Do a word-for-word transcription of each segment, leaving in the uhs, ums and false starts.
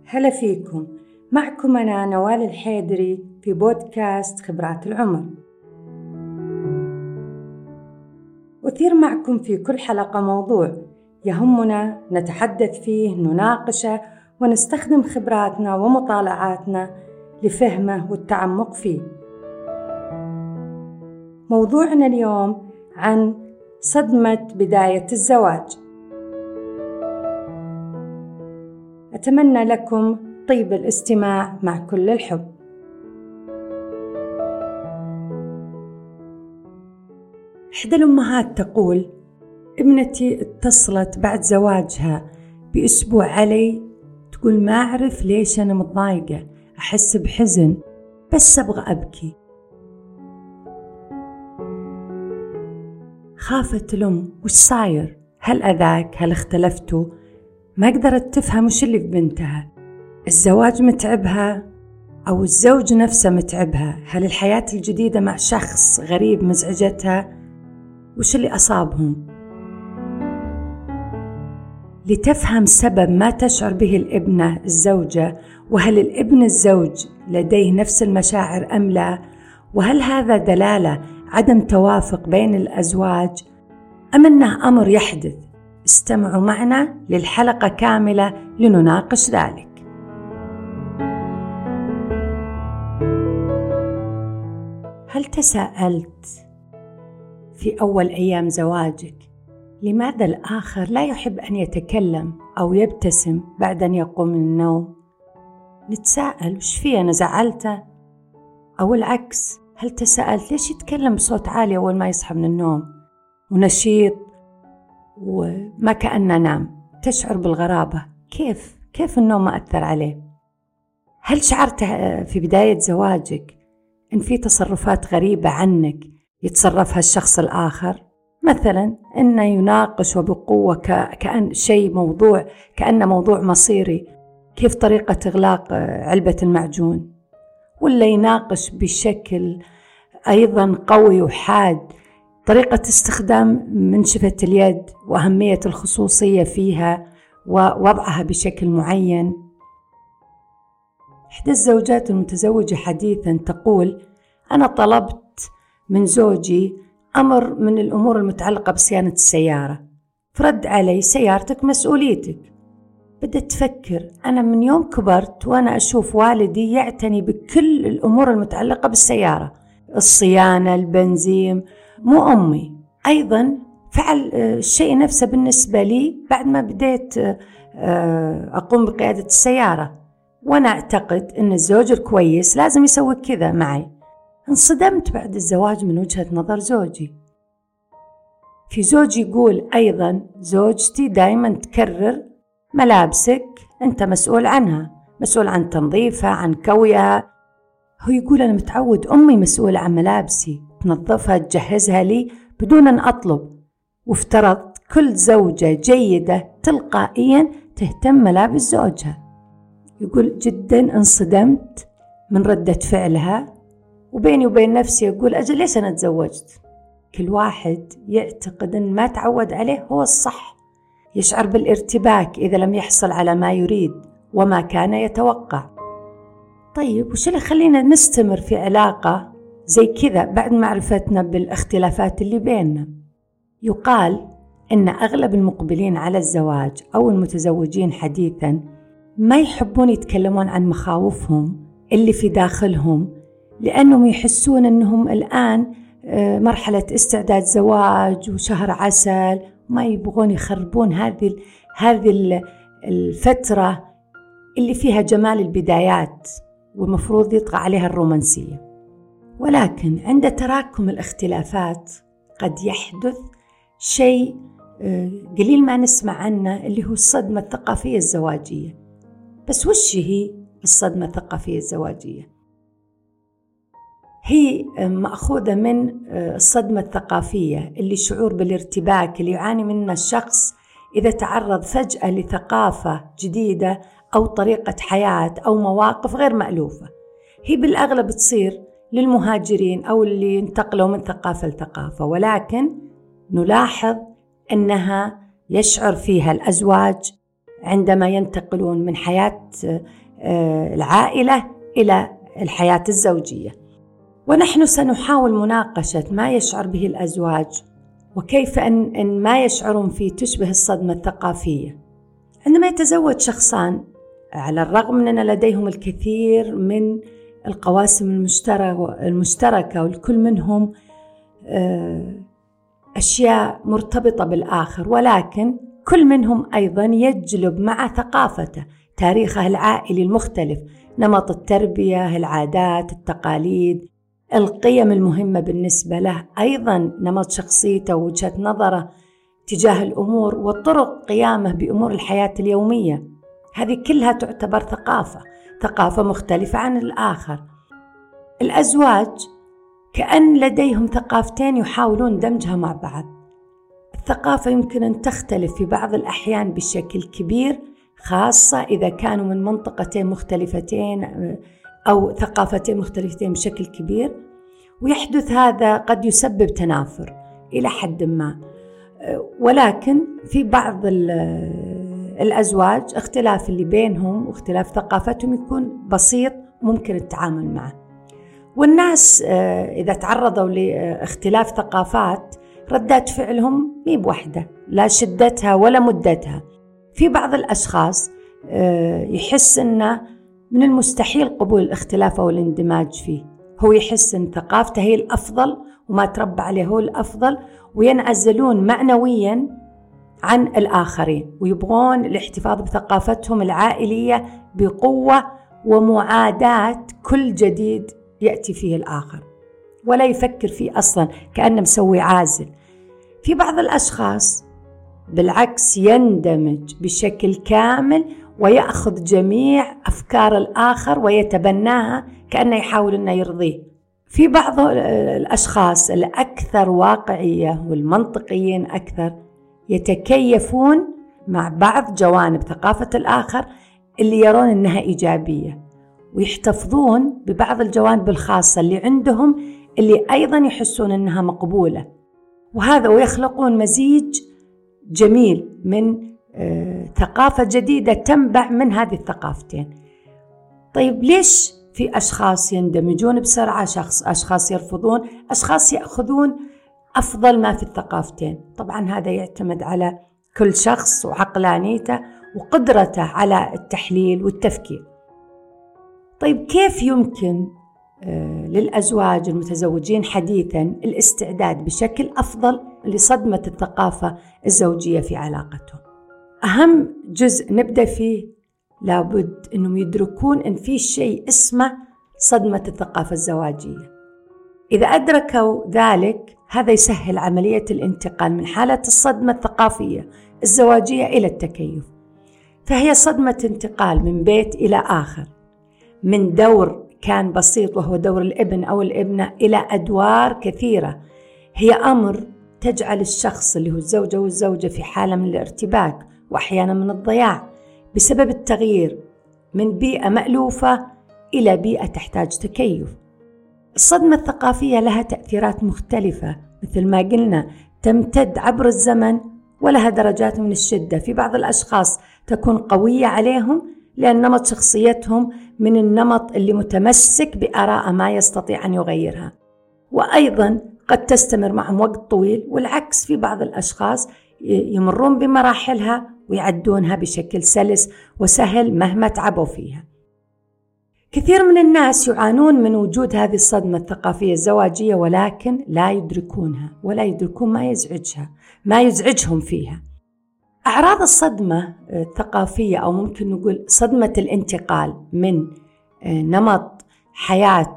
هلا فيكم، معكم أنا نوال الحيدري في بودكاست خبرات العمر. أثير معكم في كل حلقة موضوع يهمنا نتحدث فيه، نناقشه ونستخدم خبراتنا ومطالعاتنا لفهمه والتعمق فيه. موضوعنا اليوم عن صدمة بداية الزواج. أتمنى لكم طيب الاستماع مع كل الحب. إحدى الأمهات تقول: ابنتي اتصلت بعد زواجها بأسبوع علي، تقول ما أعرف ليش أنا متضايقة، أحس بحزن بس أبغى أبكي. خافت الأم، وش صاير؟ هل أذاك؟ هل اختلفتوا؟ ما قدرت تفهم وش اللي في بنتها. الزواج متعبها أو الزوج نفسه متعبها؟ هل الحياة الجديدة مع شخص غريب مزعجتها؟ وش اللي أصابهم؟ لتفهم سبب ما تشعر به الابنة الزوجة، وهل الابن الزوج لديه نفس المشاعر أم لا، وهل هذا دلالة عدم توافق بين الأزواج أم أنه أمر يحدث؟ استمعوا معنا للحلقة كاملة لنناقش ذلك. هل تساءلت في أول أيام زواجك لماذا الآخر لا يحب أن يتكلم أو يبتسم بعد أن يقوم من النوم؟ نتساءل وش فيه، أنا زعلته؟ أو العكس، هل تساءلت ليش يتكلم بصوت عالي أول ما يصحى من النوم ونشيط وما كأنه نام؟ تشعر بالغرابة، كيف كيف النوم ما أثر عليه؟ هل شعرت في بداية زواجك إن في تصرفات غريبة عنك يتصرفها الشخص الآخر؟ مثلا إنه يناقش وبقوة كأن شيء موضوع كأنه موضوع مصيري، كيف طريقة إغلاق علبة المعجون، ولا يناقش بشكل أيضا قوي وحاد طريقة استخدام منشفة اليد وأهمية الخصوصية فيها ووضعها بشكل معين. إحدى الزوجات المتزوجة حديثا تقول: أنا طلبت من زوجي أمر من الأمور المتعلقة بصيانة السيارة، فرد علي: سيارتك مسؤوليتك. بدأت تفكر: أنا من يوم كبرت وأنا أشوف والدي يعتني بكل الأمور المتعلقة بالسيارة، الصيانة، البنزين، مو أمي. أيضا فعل الشيء نفسه بالنسبة لي بعد ما بديت أقوم بقيادة السيارة، وأنا أعتقد أن الزوج الكويس لازم يسوي كذا معي. انصدمت بعد الزواج من وجهة نظر زوجي. في زوج يقول أيضا: زوجتي دائما تكرر ملابسك أنت مسؤول عنها، مسؤول عن تنظيفها، عن كويها. هو يقول: أنا متعود أمي مسؤولة عن ملابسي، تنظفها تجهزها لي بدون أن أطلب. وافترض كل زوجة جيدة تلقائيا تهتم ملابس زوجها. يقول: جدا انصدمت من ردة فعلها، وبيني وبين نفسي يقول: أجل ليش أنا تزوجت؟ كل واحد يعتقد أن ما تعود عليه هو الصح، يشعر بالارتباك إذا لم يحصل على ما يريد وما كان يتوقع. طيب وش اللي يخلينا نستمر في علاقة زي كذا بعد معرفتنا بالاختلافات اللي بيننا؟ يقال إن أغلب المقبلين على الزواج أو المتزوجين حديثا ما يحبون يتكلمون عن مخاوفهم اللي في داخلهم، لأنهم يحسون أنهم الآن مرحلة استعداد زواج وشهر عسل، ما يبغون يخربون هذه هذه الفترة اللي فيها جمال البدايات والمفروض يطغى عليها الرومانسية. ولكن عند تراكم الاختلافات قد يحدث شيء قليل ما نسمع عنه، اللي هو الصدمة الثقافية الزواجية. بس وش هي الصدمة الثقافية الزواجية؟ هي مأخوذة من الصدمة الثقافية، اللي شعور بالارتباك اللي يعاني منه الشخص إذا تعرض فجأة لثقافة جديدة أو طريقة حياة أو مواقف غير مألوفة. هي بالأغلب تصير للمهاجرين أو اللي ينتقلوا من ثقافة لثقافة، ولكن نلاحظ أنها يشعر فيها الأزواج عندما ينتقلون من حياة العائلة إلى الحياة الزوجية. ونحن سنحاول مناقشة ما يشعر به الأزواج وكيف أن, أن ما يشعرون فيه تشبه الصدمة الثقافية. عندما يتزوج شخصان على الرغم من أن لديهم الكثير من القواسم المشتركة والكل منهم أشياء مرتبطة بالآخر، ولكن كل منهم أيضا يجلب مع ثقافته تاريخه العائلي المختلف، نمط التربية، العادات، التقاليد، القيم المهمة بالنسبة له، أيضا نمط شخصيته ووجهة نظره تجاه الأمور وطرق قيامه بأمور الحياة اليومية. هذه كلها تعتبر ثقافة ثقافة مختلفة عن الآخر. الأزواج كأن لديهم ثقافتين يحاولون دمجها مع بعض. الثقافة يمكن أن تختلف في بعض الأحيان بشكل كبير، خاصة إذا كانوا من منطقتين مختلفتين أو ثقافتين مختلفتين بشكل كبير، ويحدث هذا قد يسبب تنافر إلى حد ما. ولكن في بعض الأزواج اختلاف اللي بينهم واختلاف ثقافتهم يكون بسيط وممكن التعامل معه. والناس إذا تعرضوا لاختلاف ثقافات ردات فعلهم مي بوحدة، لا شدتها ولا مدتها. في بعض الأشخاص يحس أنه من المستحيل قبول الاختلاف أو الاندماج فيه، هو يحس أن ثقافته هي الأفضل وما تربى عليه هو الأفضل، وينعزلون معنويا عن الآخرين ويبغون الاحتفاظ بثقافتهم العائلية بقوة ومعاداة كل جديد يأتي فيه الآخر، ولا يفكر فيه أصلا، كأنه مسوي عازل. في بعض الأشخاص بالعكس يندمج بشكل كامل ويأخذ جميع أفكار الآخر ويتبناها كأنه يحاول أنه يرضيه. في بعض الأشخاص الأكثر واقعية والمنطقيين أكثر يتكيفون مع بعض جوانب ثقافة الآخر اللي يرون أنها إيجابية، ويحتفظون ببعض الجوانب الخاصة اللي عندهم اللي أيضا يحسون أنها مقبولة، وهذا ويخلقون مزيج جميل من ثقافة جديدة تنبع من هذه الثقافتين. طيب ليش في أشخاص يندمجون بسرعة، شخص أشخاص يرفضون، أشخاص يأخذون أفضل ما في الثقافتين؟ طبعا هذا يعتمد على كل شخص وعقلانيته وقدرته على التحليل والتفكير. طيب كيف يمكن للأزواج المتزوجين حديثا الاستعداد بشكل أفضل لصدمة الثقافة الزوجية في علاقتهم؟ أهم جزء نبدأ فيه لابد أنهم يدركون أن في شيء اسمه صدمة الثقافة الزواجية. إذا أدركوا ذلك هذا يسهل عملية الانتقال من حالة الصدمة الثقافية الزواجية إلى التكيف. فهي صدمة انتقال من بيت إلى آخر، من دور كان بسيط وهو دور الابن أو الابنة إلى أدوار كثيرة. هي أمر تجعل الشخص اللي هو الزوجة والزوجة في حالة من الارتباك وأحيانا من الضياع بسبب التغيير من بيئة مألوفة إلى بيئة تحتاج تكيف. الصدمة الثقافية لها تأثيرات مختلفة مثل ما قلنا، تمتد عبر الزمن ولها درجات من الشدة. في بعض الأشخاص تكون قوية عليهم لأن نمط شخصيتهم من النمط اللي متمسك بآراء ما يستطيع أن يغيرها، وأيضا قد تستمر معهم وقت طويل، والعكس في بعض الأشخاص يمرون بمراحلها ويعدونها بشكل سلس وسهل مهما تعبوا فيها. كثير من الناس يعانون من وجود هذه الصدمة الثقافية الزواجية ولكن لا يدركونها ولا يدركون ما يزعجها ما يزعجهم فيها. أعراض الصدمة الثقافية أو ممكن نقول صدمة الانتقال من نمط حياة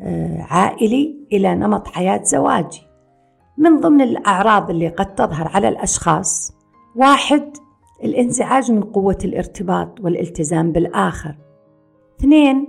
عائلي إلى نمط حياة زواجي، من ضمن الأعراض اللي قد تظهر على الأشخاص: واحد، الانزعاج من قوة الارتباط والالتزام بالآخر. اثنين،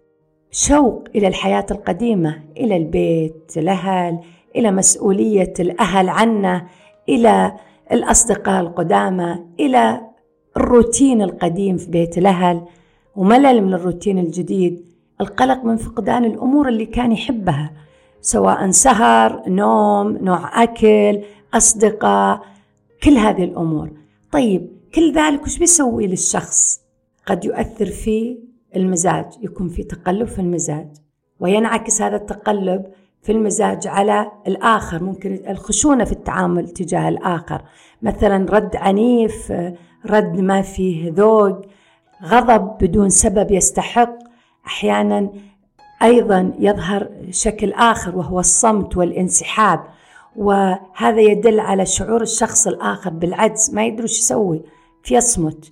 شوق إلى الحياة القديمة، إلى البيت، الأهل، إلى مسؤولية الأهل عنه، إلى الأصدقاء القدامى، إلى الروتين القديم في بيت الأهل وملل من الروتين الجديد، القلق من فقدان الأمور اللي كان يحبها سواء سهر، نوم، نوع أكل، أصدقاء، كل هذه الأمور. طيب كل ذلك وش بيسوي للشخص؟ قد يؤثر في المزاج، يكون في تقلب في المزاج، وينعكس هذا التقلب في المزاج على الآخر. ممكن الخشونة في التعامل تجاه الآخر، مثلا رد عنيف، رد ما فيه ذوق، غضب بدون سبب يستحق. أحيانا أيضا يظهر شكل آخر وهو الصمت والانسحاب، وهذا يدل على شعور الشخص الآخر بالعجز، ما يدري شو يسوي فيصمت.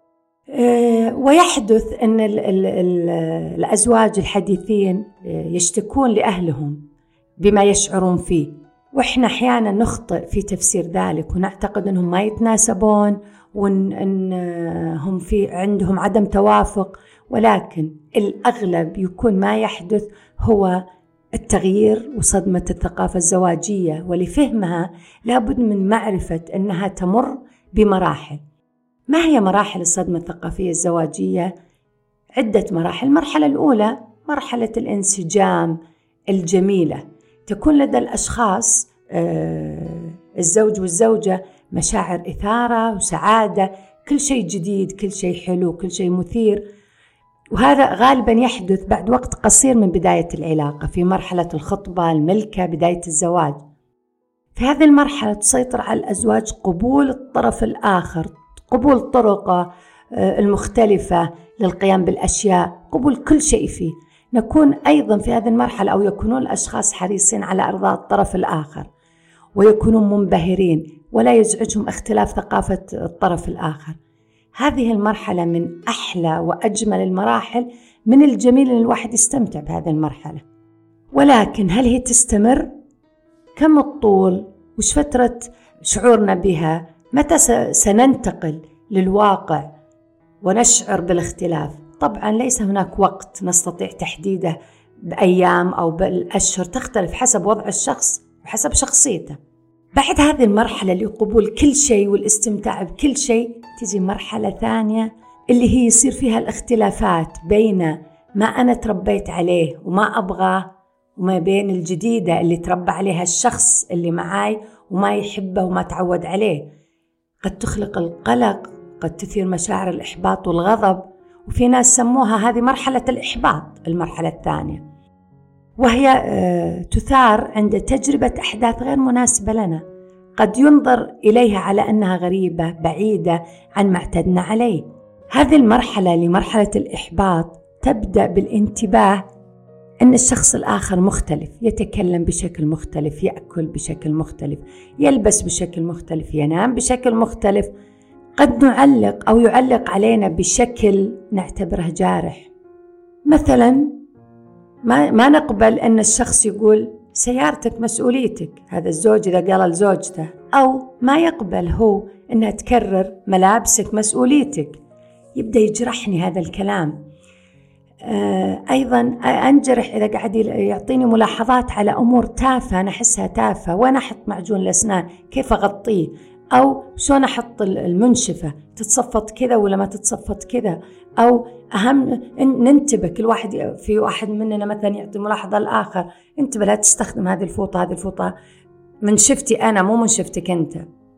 ويحدث أن ال ال ال الأزواج الحديثين يشتكون لأهلهم بما يشعرون فيه، وإحنا أحيانا نخطئ في تفسير ذلك ونعتقد أنهم ما يتناسبون وأنهم في عندهم عدم توافق، ولكن الأغلب يكون ما يحدث هو التغيير وصدمة الثقافة الزواجية، ولفهمها لابد من معرفة أنها تمر بمراحل. ما هي مراحل الصدمة الثقافية الزواجية؟ عدة مراحل. المرحلة الأولى مرحلة الانسجام الجميلة، تكون لدى الأشخاص الزوج والزوجة مشاعر إثارة وسعادة، كل شيء جديد، كل شيء حلو، كل شيء مثير، وهذا غالبا يحدث بعد وقت قصير من بداية العلاقة، في مرحلة الخطبة، الملكة، بداية الزواج. في هذه المرحلة تسيطر على الأزواج قبول الطرف الآخر، قبول الطرق المختلفة للقيام بالأشياء، قبول كل شيء فيه. نكون أيضا في هذه المرحلة أو يكونون الأشخاص حريصين على إرضاء الطرف الآخر، ويكونون منبهرين ولا يزعجهم اختلاف ثقافة الطرف الآخر. هذه المرحلة من أحلى وأجمل المراحل، من الجميل أن الواحد يستمتع بهذه المرحلة. ولكن هل هي تستمر؟ كم الطول؟ وش فترة شعورنا بها؟ متى سننتقل للواقع ونشعر بالاختلاف؟ طبعا ليس هناك وقت نستطيع تحديده بأيام أو بالأشهر، تختلف حسب وضع الشخص وحسب شخصيته. بعد هذه المرحلة لقبول كل شيء والاستمتاع بكل شيء، تجي مرحلة ثانية اللي هي يصير فيها الاختلافات بين ما أنا تربيت عليه وما أبغاه، وما بين الجديدة اللي تربى عليها الشخص اللي معاي وما يحبه وما تعود عليه. قد تخلق القلق، قد تثير مشاعر الإحباط والغضب، وفي ناس سموها هذه مرحلة الإحباط، المرحلة الثانية، وهي تثار عند تجربة أحداث غير مناسبة لنا، قد ينظر إليها على أنها غريبة بعيدة عن ما اعتدنا عليه. هذه المرحلة لمرحلة الإحباط تبدأ بالانتباه أن الشخص الآخر مختلف، يتكلم بشكل مختلف، يأكل بشكل مختلف، يلبس بشكل مختلف، ينام بشكل مختلف. قد نعلق أو يعلق علينا بشكل نعتبره جارح. مثلا ما, ما نقبل أن الشخص يقول سيارتك مسؤوليتك، هذا الزوج إذا قال لزوجته، أو ما يقبل هو أنها تكرر ملابسك مسؤوليتك، يبدأ يجرحني هذا الكلام. آه أيضا أنجرح إذا قاعد يعطيني ملاحظات على أمور تافهة أنا أحسها تافهة، وأنا أحط معجون الأسنان كيف أغطيه، أو شلون أحط المنشفة تتصفط كذا ولا ما تتصفط كذا، أو أهم ننتبه كل واحد، في واحد مننا مثلا يعطي ملاحظة الآخر، انتبه لا تستخدم هذه الفوطة، هذه الفوطة من شفتي أنا مو من شفتك أنت.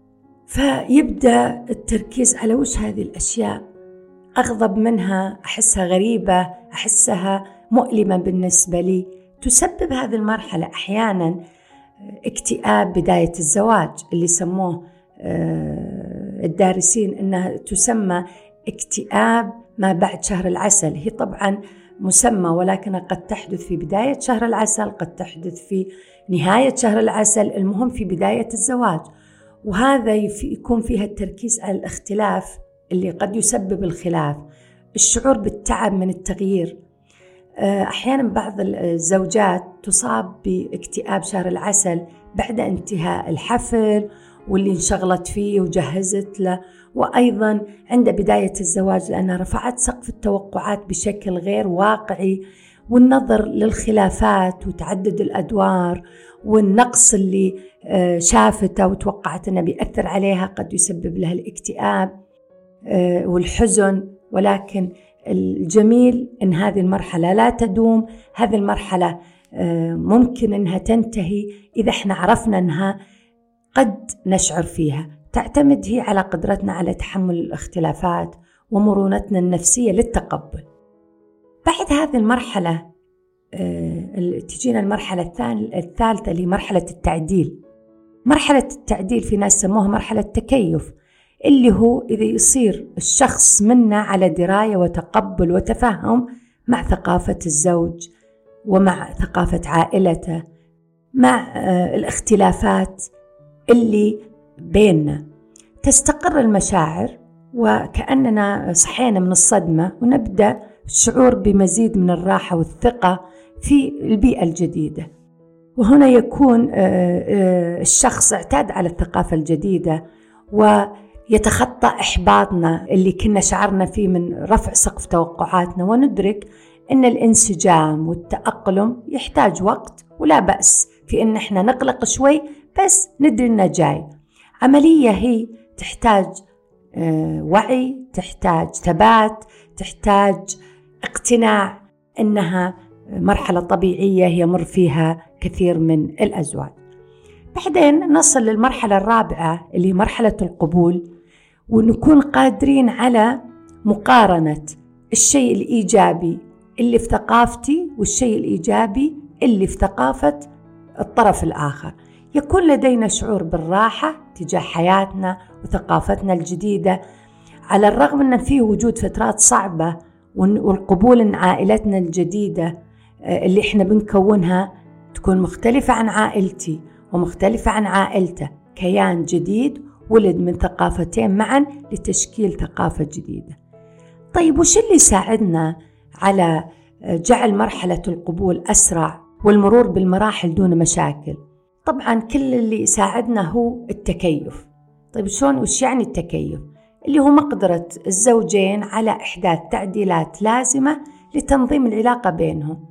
فيبدأ التركيز على وش هذه الأشياء، أغضب منها، أحسها غريبة، أحسها مؤلمة بالنسبة لي. تسبب هذه المرحلة أحيانا اكتئاب بداية الزواج، اللي سموه الدارسين أنها تسمى اكتئاب ما بعد شهر العسل. هي طبعا مسمى، ولكنها قد تحدث في بداية شهر العسل، قد تحدث في نهاية شهر العسل، المهم في بداية الزواج. وهذا يكون فيها التركيز على الاختلاف اللي قد يسبب الخلاف، الشعور بالتعب من التغيير. أحيانا بعض الزوجات تصاب باكتئاب شهر العسل بعد انتهاء الحفل واللي انشغلت فيه وجهزت له، وأيضا عند بداية الزواج لأنها رفعت سقف التوقعات بشكل غير واقعي، والنظر للخلافات وتعدد الأدوار والنقص اللي شافته وتوقعت أنه بيأثر عليها قد يسبب لها الاكتئاب والحزن. ولكن الجميل أن هذه المرحلة لا تدوم، هذه المرحلة ممكن أنها تنتهي إذا احنا عرفنا أنها قد نشعر فيها. تعتمد هي على قدرتنا على تحمل الاختلافات ومرونتنا النفسية للتقبل. بعد هذه المرحلة أه تجينا المرحلة الثالثة اللي مرحلة التعديل. مرحلة التعديل في ناس سموها مرحلة التكيف، اللي هو إذا يصير الشخص منا على دراية وتقبل وتفهم مع ثقافة الزوج ومع ثقافة عائلته، مع أه الاختلافات اللي بيننا، تستقر المشاعر وكأننا صحينا من الصدمة، ونبدأ الشعور بمزيد من الراحة والثقة في البيئة الجديدة. وهنا يكون الشخص اعتاد على الثقافة الجديدة ويتخطى إحباطنا اللي كنا شعرنا فيه من رفع سقف توقعاتنا، وندرك أن الانسجام والتأقلم يحتاج وقت، ولا بأس في أن احنا نقلق شوي، بس ندري أنه جاي. عملية هي تحتاج وعي، تحتاج ثبات، تحتاج اقتناع أنها مرحلة طبيعية يمر فيها كثير من الأزواج. بعدين نصل للمرحلة الرابعة اللي هي مرحلة القبول، ونكون قادرين على مقارنة الشيء الإيجابي اللي في ثقافتي والشيء الإيجابي اللي في ثقافة الطرف الآخر. يكون لدينا شعور بالراحة تجاه حياتنا وثقافتنا الجديدة، على الرغم أن فيه وجود فترات صعبة، والقبول أن عائلتنا الجديدة اللي إحنا بنكونها تكون مختلفة عن عائلتي ومختلفة عن عائلته، كيان جديد ولد من ثقافتين معا لتشكيل ثقافة جديدة. طيب وش اللي يساعدنا على جعل مرحلة القبول أسرع والمرور بالمراحل دون مشاكل؟ طبعا كل اللي يساعدنا هو التكيف. طيب شلون وش يعني التكيف؟ اللي هو مقدرة الزوجين على إحداث تعديلات لازمة لتنظيم العلاقة بينهم،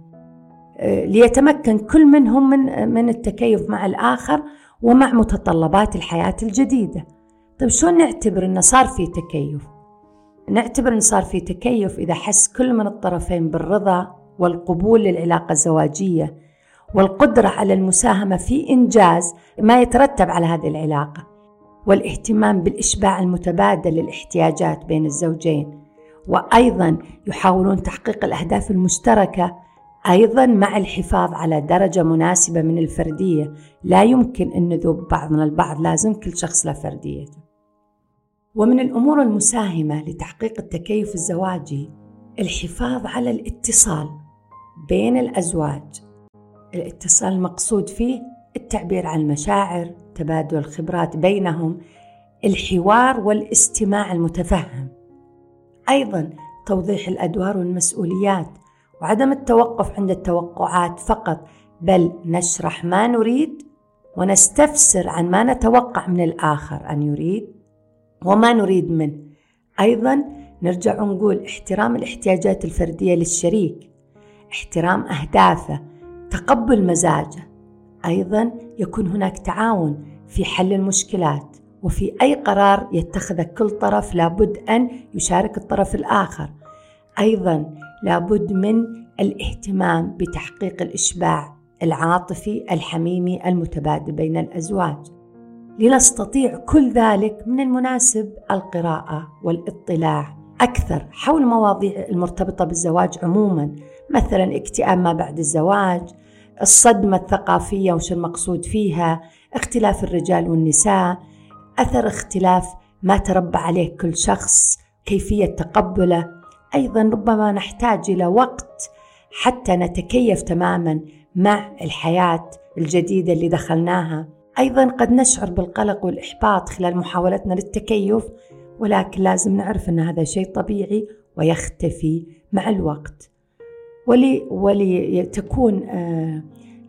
ليتمكن كل منهم من من التكيف مع الآخر ومع متطلبات الحياة الجديدة. طيب شلون نعتبر إنه صار في تكيف؟ نعتبر إنه صار في تكيف إذا حس كل من الطرفين بالرضا والقبول للعلاقة الزواجية، والقدرة على المساهمة في إنجاز ما يترتب على هذه العلاقة، والاهتمام بالإشباع المتبادل للاحتياجات بين الزوجين، وأيضا يحاولون تحقيق الأهداف المشتركة، أيضا مع الحفاظ على درجة مناسبة من الفردية. لا يمكن أن نذوب بعضنا البعض، لازم كل شخص له فرديته. ومن الأمور المساهمة لتحقيق التكيف الزواجي الحفاظ على الاتصال بين الأزواج. الاتصال المقصود فيه التعبير عن المشاعر، تبادل الخبرات بينهم، الحوار والاستماع المتفهم، أيضا توضيح الأدوار والمسؤوليات، وعدم التوقف عند التوقعات فقط، بل نشرح ما نريد ونستفسر عن ما نتوقع من الآخر أن يريد وما نريد منه. أيضا نرجع ونقول احترام الاحتياجات الفردية للشريك، احترام أهدافه، تقبل مزاجه. أيضا يكون هناك تعاون في حل المشكلات، وفي أي قرار يتخذه كل طرف لابد أن يشارك الطرف الآخر. أيضا لابد من الاهتمام بتحقيق الإشباع العاطفي الحميمي المتبادل بين الأزواج. لنستطيع كل ذلك من المناسب القراءة والاطلاع أكثر حول مواضيع المرتبطة بالزواج عموما، مثلا اكتئاب ما بعد الزواج، الصدمة الثقافية وش المقصود فيها، اختلاف الرجال والنساء، أثر اختلاف ما تربى عليه كل شخص، كيفية تقبله. أيضا ربما نحتاج إلى وقت حتى نتكيف تماما مع الحياة الجديدة اللي دخلناها. أيضا قد نشعر بالقلق والإحباط خلال محاولتنا للتكيف، ولكن لازم نعرف أن هذا شيء طبيعي ويختفي مع الوقت. ولي ولتكون آآ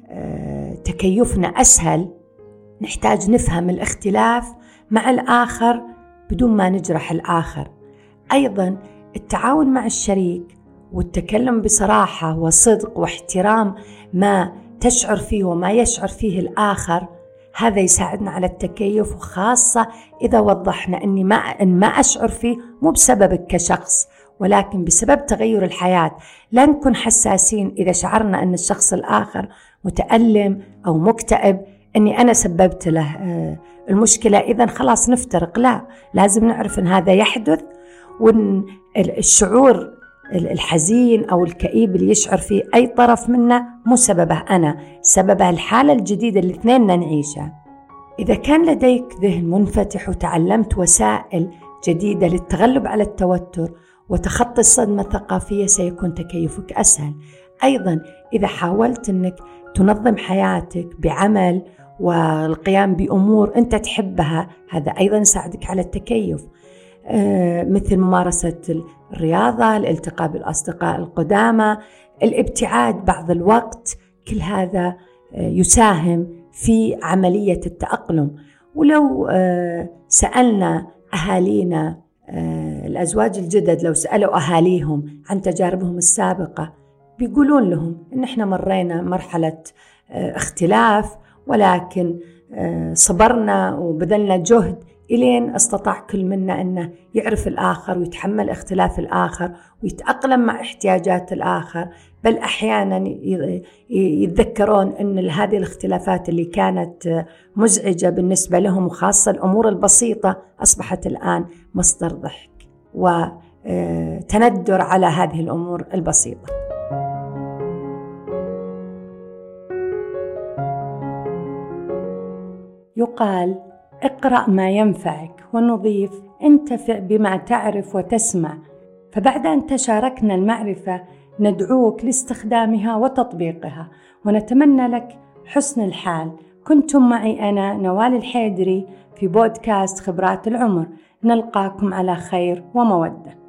آآ تكيفنا أسهل نحتاج نفهم الاختلاف مع الآخر بدون ما نجرح الآخر. أيضا التعاون مع الشريك والتكلم بصراحة وصدق واحترام ما تشعر فيه وما يشعر فيه الآخر، هذا يساعدنا على التكيف، وخاصة إذا وضحنا أني ما, إن ما أشعر فيه مو بسببك كشخص، ولكن بسبب تغير الحياة. لا نكون حساسين إذا شعرنا أن الشخص الآخر متألم أو مكتئب، أني أنا سببت له المشكلة إذن خلاص نفترق. لا، لازم نعرف أن هذا يحدث، وأن الشعور الحزين أو الكئيب اللي يشعر فيه أي طرف منا مو سببه أنا، سببه الحالة الجديدة اللي اثنيننا نعيشها. إذا كان لديك ذهن منفتح وتعلمت وسائل جديدة للتغلب على التوتر وتخطي الصدمة الثقافية، سيكون تكيفك أسهل. أيضا إذا حاولت أنك تنظم حياتك بعمل والقيام بأمور أنت تحبها، هذا أيضا يساعدك على التكيف، آه مثل ممارسة الرياضة، الالتقاء بالأصدقاء القدامى، الابتعاد بعض الوقت، كل هذا آه يساهم في عملية التأقلم. ولو آه سألنا أهالينا، آه الأزواج الجدد لو سألوا أهاليهم عن تجاربهم السابقة، بيقولون لهم إن إحنا مرينا مرحلة آه اختلاف، ولكن آه صبرنا وبذلنا جهد إلين استطاع كل منا أنه يعرف الآخر ويتحمل اختلاف الآخر ويتأقلم مع احتياجات الآخر. بل أحيانا يتذكرون أن هذه الاختلافات اللي كانت مزعجة بالنسبة لهم، وخاصة الأمور البسيطة، أصبحت الآن مصدر ضحك وتندر على هذه الأمور البسيطة. يقال: اقرأ ما ينفعك، ونضيف: انتفع بما تعرف وتسمع. فبعد أن تشاركنا المعرفة ندعوك لاستخدامها وتطبيقها، ونتمنى لك حسن الحال. كنتم معي أنا نوال الحيدري في بودكاست خبرات العمر. نلقاكم على خير ومودة.